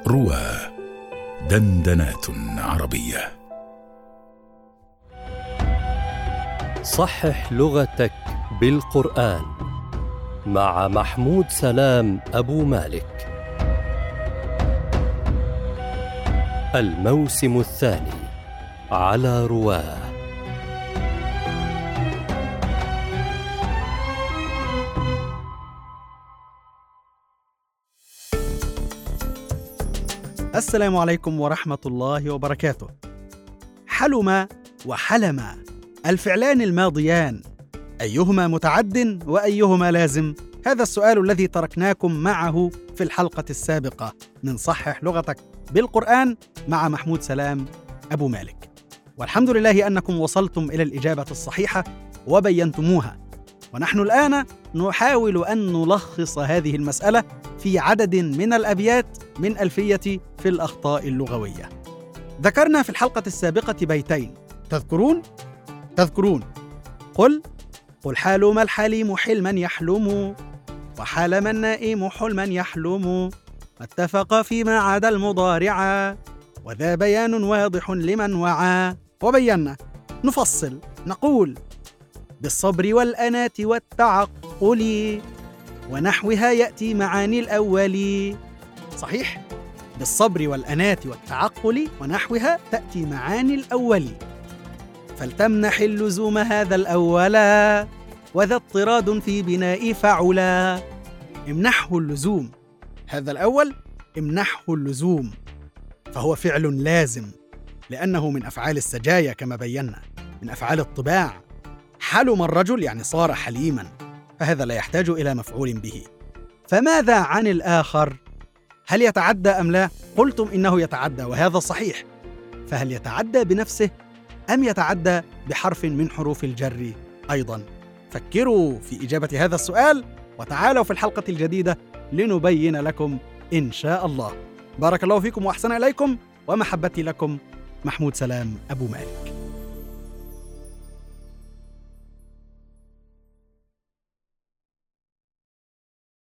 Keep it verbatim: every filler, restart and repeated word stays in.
روى دندنات عربية. صحح لغتك بالقرآن مع محمود سلام أبو مالك. الموسم الثاني على رواه. السلام عليكم ورحمة الله وبركاته. حلم وحلم الفعلان الماضيان، أيهما متعد وأيهما لازم؟ هذا السؤال الذي تركناكم معه في الحلقة السابقة من صحح لغتك بالقرآن مع محمود سلام أبو مالك، والحمد لله أنكم وصلتم إلى الإجابة الصحيحة وبينتموها، ونحن الآن نحاول أن نلخص هذه المسألة في عدد من الأبيات من ألفية في الأخطاء اللغوية. ذكرنا في الحلقة السابقة بيتين، تذكرون؟ تذكرون قل قل حالم الحليم حلما يحلم، وحالم النائم حلما يحلم، ما اتفق فيما عدا المضارع، وذا بيان واضح لمن وعى. وبينا نفصل نقول بالصبر والأنات والتعقل ونحوها يأتي معاني الأول. صحيح، بالصبر والأنات والتعقل ونحوها تأتي معاني الأول، فلتمنح اللزوم هذا الأول، وذا اضطراد في بناء فعلا. امنحه اللزوم، هذا الأول امنحه اللزوم، فهو فعل لازم لأنه من أفعال السجايا كما بينا، من أفعال الطباع. حلم الرجل يعني صار حليما، فهذا لا يحتاج إلى مفعول به. فماذا عن الآخر؟ هل يتعدى أم لا؟ قلتم إنه يتعدى وهذا صحيح، فهل يتعدى بنفسه أم يتعدى بحرف من حروف الجر أيضا؟ فكروا في إجابة هذا السؤال وتعالوا في الحلقة الجديدة لنبين لكم إن شاء الله. بارك الله فيكم وأحسن إليكم، ومحبتي لكم محمود سلام أبو مالك.